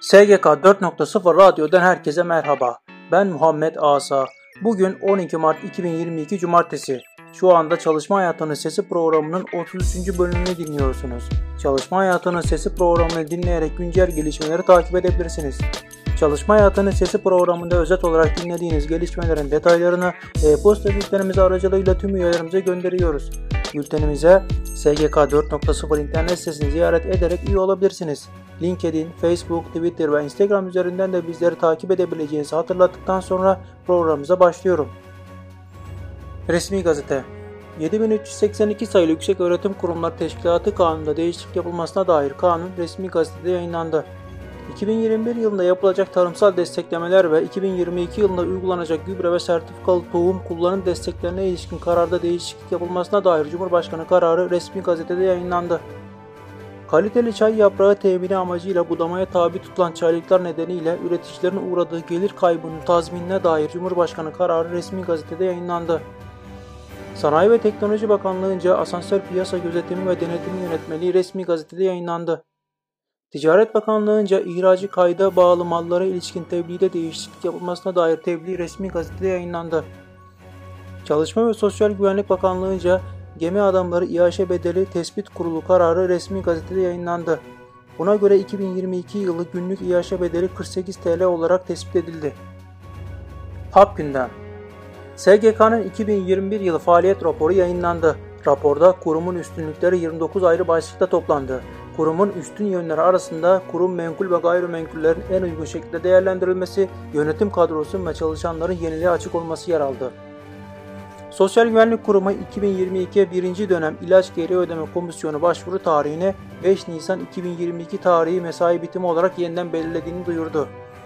SGK 4.0 Radyo'dan herkese merhaba. Ben Muhammed Asa. Bugün 12 Mart 2022 Cumartesi. Şu anda Çalışma Hayatının Sesi programının 33. bölümünü dinliyorsunuz. Çalışma Hayatının Sesi programını dinleyerek güncel gelişmeleri takip edebilirsiniz. Çalışma Hayatının Sesi programında özet olarak dinlediğiniz gelişmelerin detaylarını e-posta bültenimiz aracılığıyla tüm üyelerimize gönderiyoruz. Bültenimize SGK 4.0 internet sitesini ziyaret ederek üye olabilirsiniz. LinkedIn, Facebook, Twitter ve Instagram üzerinden de bizleri takip edebileceğinizi hatırlattıktan sonra programımıza başlıyorum. Resmi Gazete 7382 sayılı Yükseköğretim Kurumları Teşkilatı Kanunu'nda değişiklik yapılmasına dair kanun resmi gazetede yayınlandı. 2021 yılında yapılacak tarımsal desteklemeler ve 2022 yılında uygulanacak gübre ve sertifikalı tohum kullanım desteklerine ilişkin kararda değişiklik yapılmasına dair Cumhurbaşkanı kararı resmi gazetede yayınlandı. Kaliteli çay yaprağı temini amacıyla budamaya tabi tutulan çaylıklar nedeniyle üreticilerin uğradığı gelir kaybının tazminine dair Cumhurbaşkanı kararı resmi gazetede yayınlandı. Sanayi ve Teknoloji Bakanlığı'nca asansör piyasa gözetimi ve denetimi yönetmeliği resmi gazetede yayınlandı. Ticaret Bakanlığı'nca ihracı kayda bağlı mallara ilişkin tebliğde değişiklik yapılmasına dair tebliğ resmi gazetede yayınlandı. Çalışma ve Sosyal Güvenlik Bakanlığı'nca Gemi Adamları İAŞ Bedeli Tespit Kurulu kararı resmi gazetede yayınlandı. Buna göre 2022 yılı günlük İAŞ bedeli 48 TL olarak tespit edildi. Hap Gündem SGK'nın 2021 yılı faaliyet raporu yayınlandı. Raporda kurumun üstünlükleri 29 ayrı başlıkta toplandı. Kurumun üstün yönleri arasında kurum menkul ve gayrimenkullerin en uygun şekilde değerlendirilmesi, yönetim kadrosu ve çalışanların yeniliğe açık olması yer aldı. Sosyal Güvenlik Kurumu 2022 1. dönem ilaç geri ödeme komisyonu başvuru tarihine 5 Nisan 2022 tarihi mesai bitimi olarak yeniden belirlediğini duyurdu.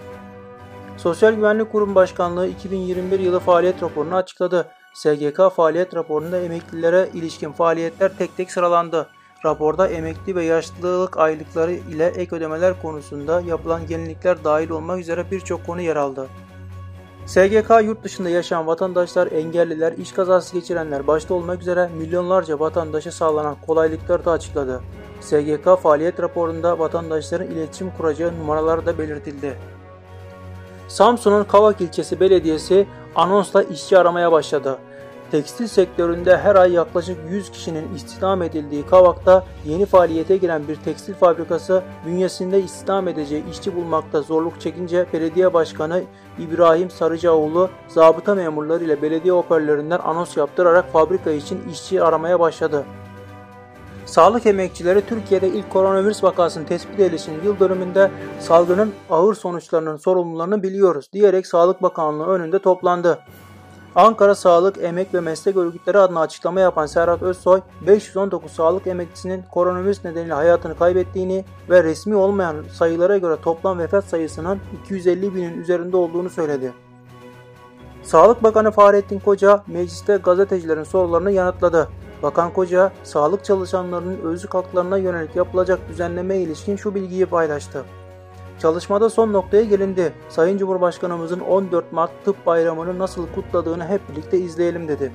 Sosyal Güvenlik Kurumu Başkanlığı 2021 yılı faaliyet raporunu açıkladı. SGK faaliyet raporunda emeklilere ilişkin faaliyetler tek tek sıralandı. Raporda emekli ve yaşlılık aylıkları ile ek ödemeler konusunda yapılan yenilikler dahil olmak üzere birçok konu yer aldı. SGK yurt dışında yaşayan vatandaşlar, engelliler, iş kazası geçirenler başta olmak üzere milyonlarca vatandaşa sağlanan kolaylıkları da açıkladı. SGK faaliyet raporunda vatandaşların iletişim kuracağı numaralar da belirtildi. Samsun'un Kavak ilçesi belediyesi anonsla işçi aramaya başladı. Tekstil sektöründe her ay yaklaşık 100 kişinin istihdam edildiği Kavak'ta yeni faaliyete giren bir tekstil fabrikası bünyesinde istihdam edeceği işçi bulmakta zorluk çekince belediye başkanı İbrahim Sarıcaoğlu zabıta memurları ile belediye hoparlörlerinden anons yaptırarak fabrika için işçi aramaya başladı. Sağlık emekçileri Türkiye'de ilk koronavirüs vakasının tespit edilişinin yıl dönümünde salgının ağır sonuçlarının sorumlularını biliyoruz diyerek Sağlık Bakanlığı önünde toplandı. Ankara Sağlık, Emek ve Meslek Örgütleri adına açıklama yapan Serhat Özsoy, 519 sağlık emekçisinin koronavirüs nedeniyle hayatını kaybettiğini ve resmi olmayan sayılara göre toplam vefat sayısının 250 binin üzerinde olduğunu söyledi. Sağlık Bakanı Fahrettin Koca, mecliste gazetecilerin sorularını yanıtladı. Bakan Koca, sağlık çalışanlarının özlük haklarına yönelik yapılacak düzenlemeye ilişkin şu bilgiyi paylaştı. Çalışmada son noktaya gelindi. Sayın Cumhurbaşkanımızın 14 Mart Tıp Bayramı'nı nasıl kutladığını hep birlikte izleyelim dedi.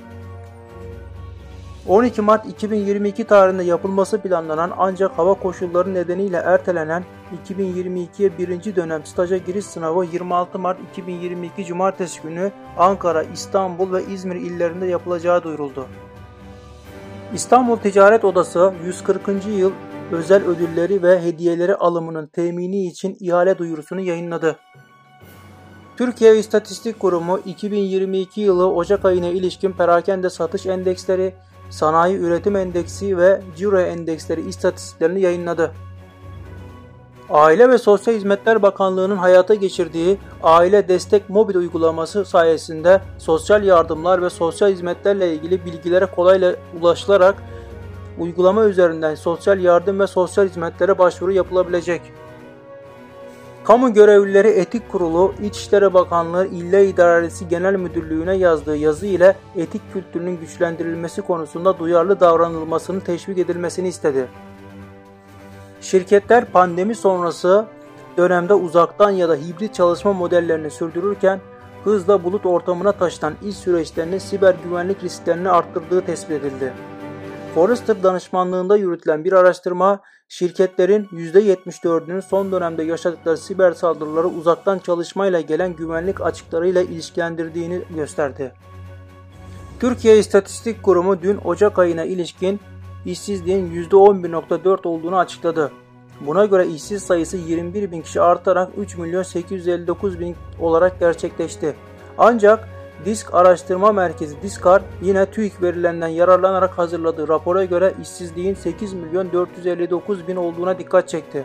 12 Mart 2022 tarihinde yapılması planlanan ancak hava koşulları nedeniyle ertelenen 2022'ye 1. dönem staja giriş sınavı 26 Mart 2022 Cumartesi günü Ankara, İstanbul ve İzmir illerinde yapılacağı duyuruldu. İstanbul Ticaret Odası 140. yıl özel ödülleri ve hediyeleri alımının temini için ihale duyurusunu yayınladı. Türkiye İstatistik Kurumu 2022 yılı Ocak ayına ilişkin perakende satış endeksleri, sanayi üretim endeksi ve ciro endeksleri istatistiklerini yayınladı. Aile ve Sosyal Hizmetler Bakanlığı'nın hayata geçirdiği Aile Destek Mobil uygulaması sayesinde sosyal yardımlar ve sosyal hizmetlerle ilgili bilgilere kolayca ulaşılarak uygulama üzerinden sosyal yardım ve sosyal hizmetlere başvuru yapılabilecek. Kamu Görevlileri Etik Kurulu, İçişleri Bakanlığı İlle İdaresi Genel Müdürlüğü'ne yazdığı yazı ile etik kültürünün güçlendirilmesi konusunda duyarlı davranılmasının teşvik edilmesini istedi. Şirketler pandemi sonrası dönemde uzaktan ya da hibrit çalışma modellerini sürdürürken hızla bulut ortamına taşınan iş süreçlerinin siber güvenlik risklerini arttırdığı tespit edildi. Forrester danışmanlığında yürütülen bir araştırma, Şirketlerin %74'ünün son dönemde yaşadıkları siber saldırıları uzaktan çalışmayla gelen güvenlik açıklarıyla ilişkilendirdiğini gösterdi. Türkiye İstatistik Kurumu dün Ocak ayına ilişkin işsizliğin %11.4 olduğunu açıkladı. Buna göre işsiz sayısı 21 bin kişi artarak 3.859.000 olarak gerçekleşti. Ancak Disk Araştırma Merkezi Diskar yine TÜİK verilerinden yararlanarak hazırladığı rapora göre işsizliğin 8.459.000 olduğuna dikkat çekti.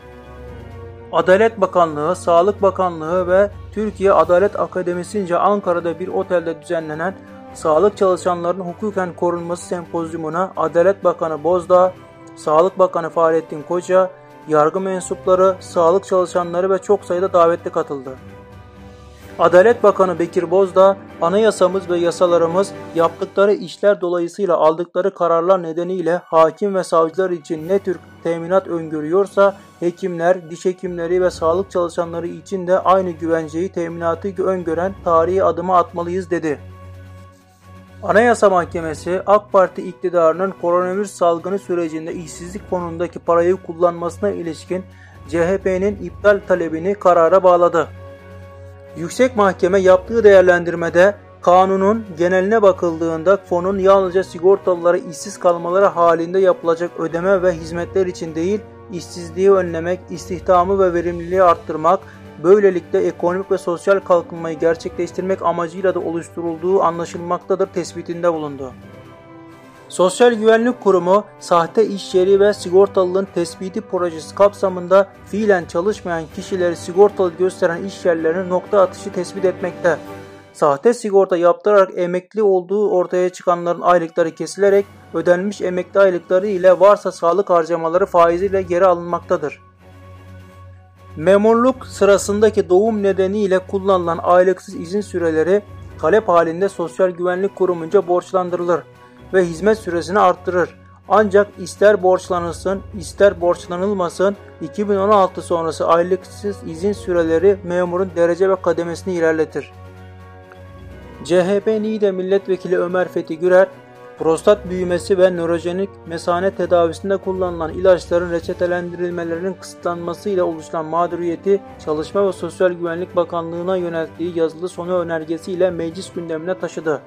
Adalet Bakanlığı, Sağlık Bakanlığı ve Türkiye Adalet Akademisi'nce Ankara'da bir otelde düzenlenen sağlık çalışanlarının hukuken korunması sempozyumuna Adalet Bakanı Bozdağ, Sağlık Bakanı Fahrettin Koca, yargı mensupları, sağlık çalışanları ve çok sayıda davetli katıldı. Adalet Bakanı Bekir Bozdağ, anayasamız ve yasalarımız yaptıkları işler dolayısıyla aldıkları kararlar nedeniyle hakim ve savcılar için ne tür teminat öngörüyorsa hekimler, diş hekimleri ve sağlık çalışanları için de aynı güvenceyi, teminatı öngören tarihi adımı atmalıyız dedi. Anayasa Mahkemesi, AK Parti iktidarının koronavirüs salgını sürecinde işsizlik fonundaki parayı kullanmasına ilişkin CHP'nin iptal talebini karara bağladı. Yüksek Mahkeme yaptığı değerlendirmede kanunun geneline bakıldığında fonun yalnızca sigortalılara işsiz kalmaları halinde yapılacak ödeme ve hizmetler için değil, işsizliği önlemek, istihdamı ve verimliliği arttırmak, böylelikle ekonomik ve sosyal kalkınmayı gerçekleştirmek amacıyla da oluşturulduğu anlaşılmaktadır tespitinde bulundu. Sosyal Güvenlik Kurumu, sahte iş yeri ve sigortalılığın tespiti projesi kapsamında fiilen çalışmayan kişileri sigortalı gösteren iş yerlerinin nokta atışı tespit etmekte. Sahte sigorta yaptırarak emekli olduğu ortaya çıkanların aylıkları kesilerek ödenmiş emekli aylıkları ile varsa sağlık harcamaları faiziyle geri alınmaktadır. Memurluk sırasındaki doğum nedeniyle kullanılan aylıksız izin süreleri talep halinde Sosyal Güvenlik Kurumunca borçlandırılır ve hizmet süresini arttırır. Ancak ister borçlanılsın, ister borçlanılmasın 2016 sonrası aylıksız izin süreleri memurun derece ve kademesini ilerletir. CHP Niğde Milletvekili Ömer Fethi Gürer, prostat büyümesi ve nörojenik mesane tedavisinde kullanılan ilaçların reçetelendirilmelerinin kısıtlanmasıyla oluşan mağduriyeti Çalışma ve Sosyal Güvenlik Bakanlığı'na yönelttiği yazılı sonu önergesiyle meclis gündemine taşıdı.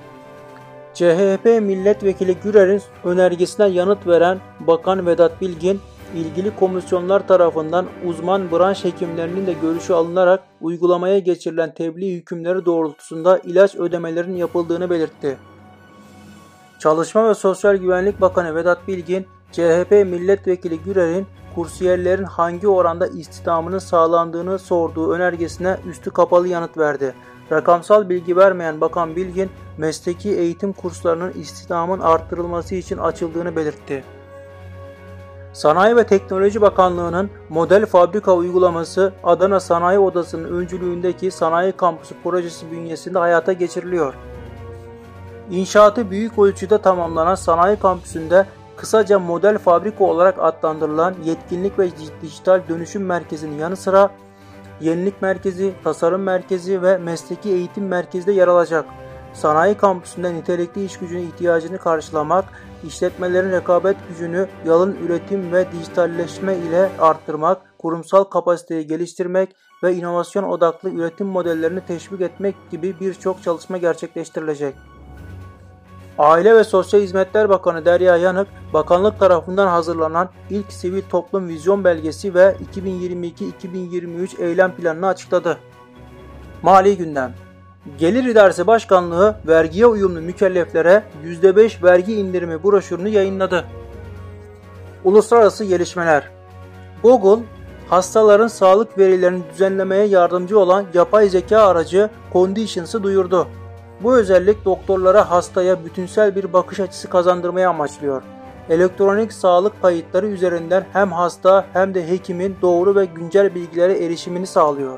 CHP Milletvekili Gürer'in önergesine yanıt veren Bakan Vedat Bilgin, ilgili komisyonlar tarafından uzman branş hekimlerinin de görüşü alınarak uygulamaya geçirilen tebliğ hükümleri doğrultusunda ilaç ödemelerinin yapıldığını belirtti. Çalışma ve Sosyal Güvenlik Bakanı Vedat Bilgin, CHP Milletvekili Gürer'in kursiyerlerin hangi oranda istihdamının sağlandığını sorduğu önergesine üstü kapalı yanıt verdi. Rakamsal bilgi vermeyen Bakan Bilgin, mesleki eğitim kurslarının istihdamın arttırılması için açıldığını belirtti. Sanayi ve Teknoloji Bakanlığı'nın model fabrika uygulaması Adana Sanayi Odası'nın öncülüğündeki Sanayi Kampüsü projesi bünyesinde hayata geçiriliyor. İnşaatı büyük ölçüde tamamlanan sanayi kampüsünde kısaca model fabrika olarak adlandırılan yetkinlik ve dijital dönüşüm merkezinin yanı sıra yenilik merkezi, tasarım merkezi ve mesleki eğitim merkezi de yer alacak. Sanayi kampüsünde nitelikli iş gücünün ihtiyacını karşılamak, işletmelerin rekabet gücünü yalın üretim ve dijitalleşme ile arttırmak, kurumsal kapasiteyi geliştirmek ve inovasyon odaklı üretim modellerini teşvik etmek gibi birçok çalışma gerçekleştirilecek. Aile ve Sosyal Hizmetler Bakanı Derya Yanık, bakanlık tarafından hazırlanan ilk sivil toplum vizyon belgesi ve 2022-2023 eylem planını açıkladı. Mali gündem. Gelir İdaresi Başkanlığı vergiye uyumlu mükelleflere %5 vergi indirimi broşürünü yayınladı. Uluslararası gelişmeler. Google, hastaların sağlık verilerini düzenlemeye yardımcı olan yapay zeka aracı Conditions'ı duyurdu. Bu özellik doktorlara hastaya bütünsel bir bakış açısı kazandırmayı amaçlıyor. Elektronik sağlık kayıtları üzerinden hem hasta hem de hekimin doğru ve güncel bilgilere erişimini sağlıyor.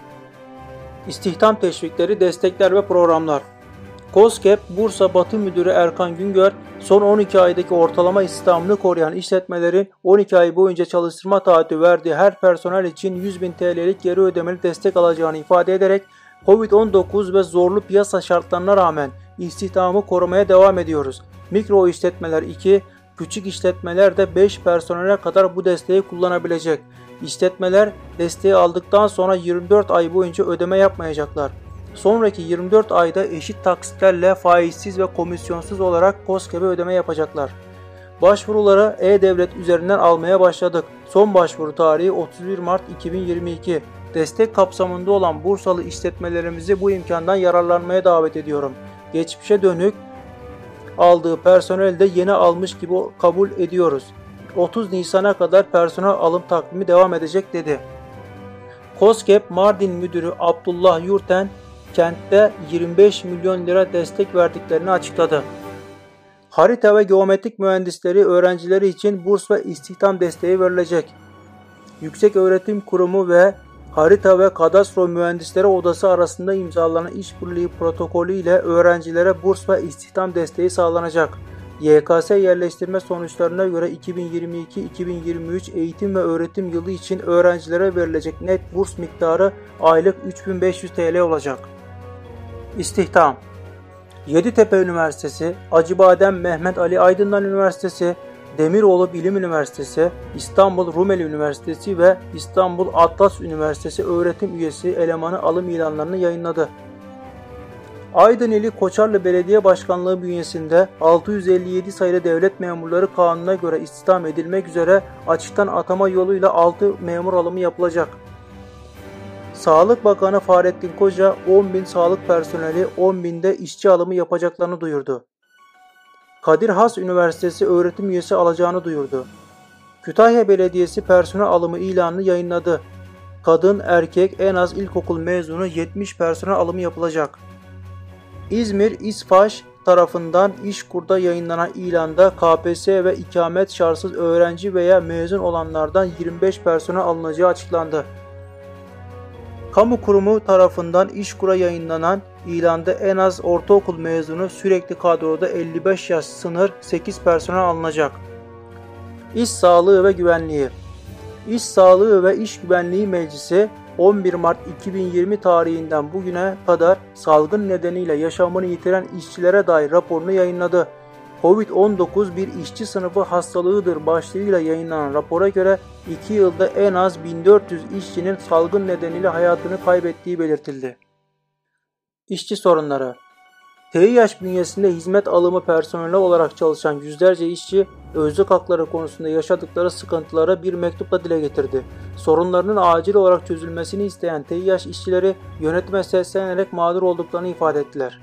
İstihdam teşvikleri, destekler ve programlar. KOSGEB Bursa Batı Müdürü Erkan Güngör, son 12 aydaki ortalama istihdamını koruyan işletmelerin 12 ay boyunca çalıştırma taahhütü verdiği her personel için 100.000 TL'lik geri ödemeli destek alacağını ifade ederek, Covid-19 ve zorlu piyasa şartlarına rağmen istihdamı korumaya devam ediyoruz. Mikro işletmeler 2, Küçük işletmeler de 5 personele kadar bu desteği kullanabilecek. İşletmeler desteği aldıktan sonra 24 ay boyunca ödeme yapmayacaklar. Sonraki 24 ayda eşit taksitlerle faizsiz ve komisyonsuz olarak KOSGEB'e ödeme yapacaklar. Başvuruları e-Devlet üzerinden almaya başladık. Son başvuru tarihi 31 Mart 2022. Destek kapsamında olan Bursalı işletmelerimizi bu imkandan yararlanmaya davet ediyorum. Geçmişe dönük aldığı personeli de yeni almış gibi kabul ediyoruz. 30 Nisan'a kadar personel alım takvimi devam edecek dedi. KOSGEB Mardin Müdürü Abdullah Yurten, kentte 25 milyon lira destek verdiklerini açıkladı. Harita ve geometrik mühendisleri öğrencileri için burs ve istihdam desteği verilecek. Yükseköğretim Kurumu ve Harita ve Kadastro Mühendisleri Odası arasında imzalanan işbirliği protokolü ile öğrencilere burs ve istihdam desteği sağlanacak. YKS yerleştirme sonuçlarına göre 2022-2023 eğitim ve öğretim yılı için öğrencilere verilecek net burs miktarı aylık 3500 TL olacak. İstihdam: Yeditepe Üniversitesi, Acıbadem Mehmet Ali Aydınlar Üniversitesi, Demiroğlu Bilim Üniversitesi, İstanbul Rumeli Üniversitesi ve İstanbul Atlas Üniversitesi öğretim üyesi elemanı alım ilanlarını yayınladı. Aydın ili Koçarlı Belediye Başkanlığı bünyesinde 657 sayılı devlet memurları kanununa göre istihdam edilmek üzere açıktan atama yoluyla 6 memur alımı yapılacak. Sağlık Bakanı Fahrettin Koca 10.000 sağlık personeli 10.000'de işçi alımı yapacaklarını duyurdu. Kadir Has Üniversitesi öğretim üyesi alacağını duyurdu. Kütahya Belediyesi personel alımı ilanını yayınladı. Kadın, erkek, en az ilkokul mezunu 70 personel alımı yapılacak. İzmir İSPAŞ tarafından İşkur'da yayınlanan ilanda KPSS ve ikamet şartsız öğrenci veya mezun olanlardan 25 personel alınacağı açıklandı. Kamu kurumu tarafından İşkur'a yayınlanan ilanda en az ortaokul mezunu sürekli kadroda 55 yaş sınır 8 personel alınacak. İş Sağlığı ve Güvenliği. İş Sağlığı ve İş Güvenliği Meclisi 11 Mart 2020 tarihinden bugüne kadar salgın nedeniyle yaşamını yitiren işçilere dair raporunu yayınladı. Covid-19 bir işçi sınıfı hastalığıdır başlığıyla yayınlanan rapora göre 2 yılda en az 1400 işçinin salgın nedeniyle hayatını kaybettiği belirtildi. İşçi sorunları. TİH bünyesinde hizmet alımı personeli olarak çalışan yüzlerce işçi, özlük hakları konusunda yaşadıkları sıkıntıları bir mektupla dile getirdi. Sorunlarının acil olarak çözülmesini isteyen TİH işçileri yönetime seslenerek mağdur olduklarını ifade ettiler.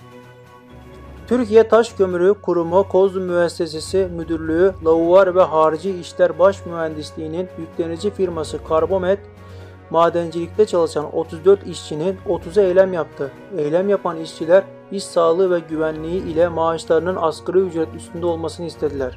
Türkiye Taş Kömürü Kurumu Kozlu Müessesesi Müdürlüğü Lavuvar ve Harici İşler Baş Mühendisliği'nin yüklenici firması Karbomet, madencilikte çalışan 34 işçinin 30'u eylem yaptı. Eylem yapan işçiler iş sağlığı ve güvenliği ile maaşlarının asgari ücret üstünde olmasını istediler.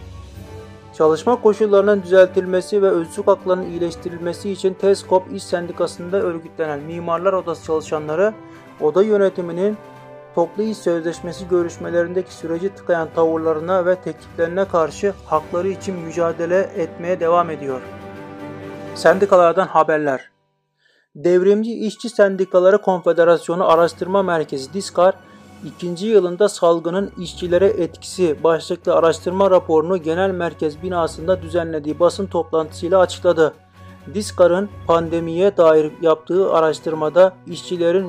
Çalışma koşullarının düzeltilmesi ve özlük haklarının iyileştirilmesi için TESKOP İş Sendikası'nda örgütlenen Mimarlar Odası çalışanları, oda yönetiminin toplu iş sözleşmesi görüşmelerindeki süreci tıkayan tavırlarına ve tekliflerine karşı hakları için mücadele etmeye devam ediyor. Sendikalardan haberler. Devrimci İşçi Sendikaları Konfederasyonu Araştırma Merkezi DİSKAR, 2. yılında salgının işçilere etkisi başlıklı araştırma raporunu Genel Merkez binasında düzenlediği basın toplantısıyla açıkladı. DİSKAR'ın pandemiye dair yaptığı araştırmada işçilerin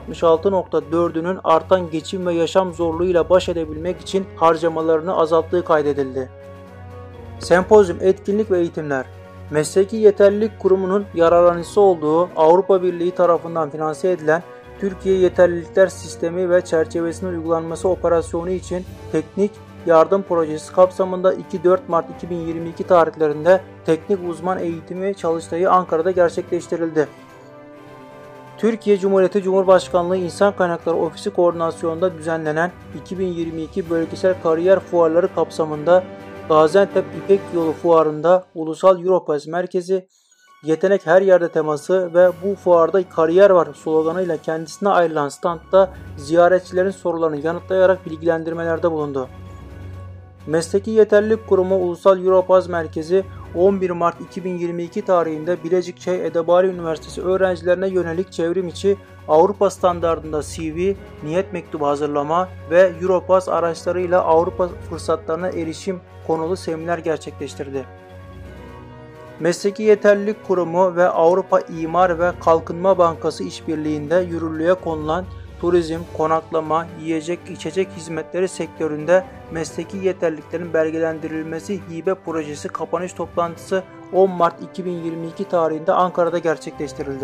%66.4'ünün artan geçim ve yaşam zorluğuyla baş edebilmek için harcamalarını azalttığı kaydedildi. Sempozyum, etkinlik ve eğitimler. Mesleki Yeterlilik Kurumu'nun yararlanıcısı olduğu Avrupa Birliği tarafından finanse edilen Türkiye Yeterlilikler Sistemi ve çerçevesinin uygulanması operasyonu için teknik yardım projesi kapsamında 2-4 Mart 2022 tarihlerinde teknik uzman eğitimi çalıştayı Ankara'da gerçekleştirildi. Türkiye Cumhuriyeti Cumhurbaşkanlığı İnsan Kaynakları Ofisi koordinasyonunda düzenlenen 2022 bölgesel kariyer fuarları kapsamında Gaziantep İpek Yolu Fuarı'nda Ulusal Europass Merkezi, Yetenek Her Yerde teması ve bu fuarda kariyer var sloganıyla kendisine ayrılan standta ziyaretçilerin sorularını yanıtlayarak bilgilendirmelerde bulundu. Mesleki Yeterlilik Kurumu Ulusal Europass Merkezi 11 Mart 2022 tarihinde Bilecik Çay Edebali Üniversitesi öğrencilerine yönelik çevrim içi Avrupa standardında CV, niyet mektubu hazırlama ve Europass araçlarıyla Avrupa fırsatlarına erişim konulu seminer gerçekleştirdi. Mesleki Yeterlilik Kurumu ve Avrupa İmar ve Kalkınma Bankası işbirliğinde yürürlüğe konulan turizm, konaklama, yiyecek, içecek hizmetleri sektöründe mesleki yeterliliklerin belgelendirilmesi hibe projesi kapanış toplantısı 10 Mart 2022 tarihinde Ankara'da gerçekleştirildi.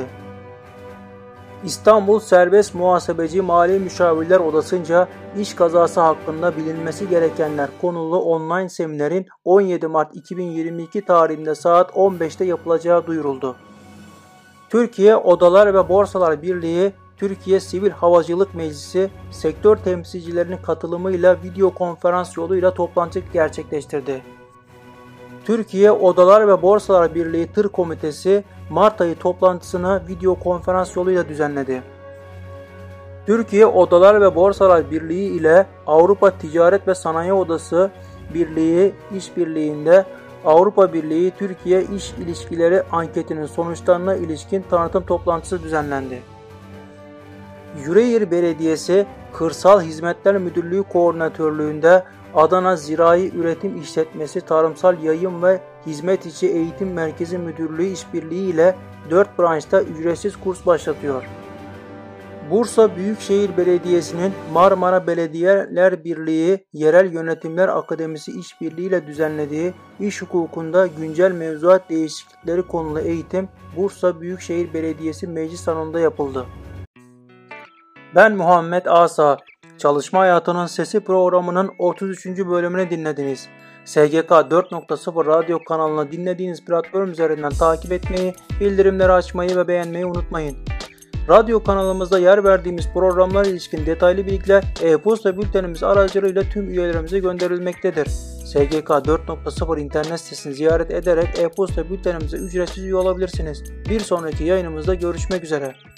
İstanbul Serbest Muhasebeci Mali Müşavirler Odası'nca iş kazası hakkında bilinmesi gerekenler konulu online seminerin 17 Mart 2022 tarihinde saat 15'te yapılacağı duyuruldu. Türkiye Odalar ve Borsalar Birliği, Türkiye Sivil Havacılık Meclisi sektör temsilcilerinin katılımıyla video konferans yoluyla toplantı gerçekleştirdi. Türkiye Odalar ve Borsalar Birliği Tır Komitesi Mart ayı toplantısını video konferans yoluyla düzenledi. Türkiye Odalar ve Borsalar Birliği ile Avrupa Ticaret ve Sanayi Odası Birliği işbirliğinde Avrupa Birliği Türkiye İş İlişkileri anketinin sonuçlarına ilişkin tanıtım toplantısı düzenlendi. Yüreğir Belediyesi Kırsal Hizmetler Müdürlüğü Koordinatörlüğünde Adana Zirai Üretim İşletmesi Tarımsal Yayın ve Hizmet İçi Eğitim Merkezi Müdürlüğü işbirliği ile 4 branşta ücretsiz kurs başlatıyor. Bursa Büyükşehir Belediyesi'nin Marmara Belediyeler Birliği Yerel Yönetimler Akademisi işbirliği ile düzenlediği iş hukukunda güncel mevzuat değişiklikleri konulu eğitim Bursa Büyükşehir Belediyesi Meclis Salonu'nda yapıldı. Ben Muhammed Asa. Çalışma Hayatının Sesi programının 33. bölümünü dinlediniz. SGK 4.0 radyo kanalını dinlediğiniz platform üzerinden takip etmeyi, bildirimleri açmayı ve beğenmeyi unutmayın. Radyo kanalımızda yer verdiğimiz programlara ilişkin detaylı bilgiler e-posta bültenimiz aracılığıyla tüm üyelerimize gönderilmektedir. SGK 4.0 internet sitesini ziyaret ederek e-posta bültenimize ücretsiz üye olabilirsiniz. Bir sonraki yayınımızda görüşmek üzere.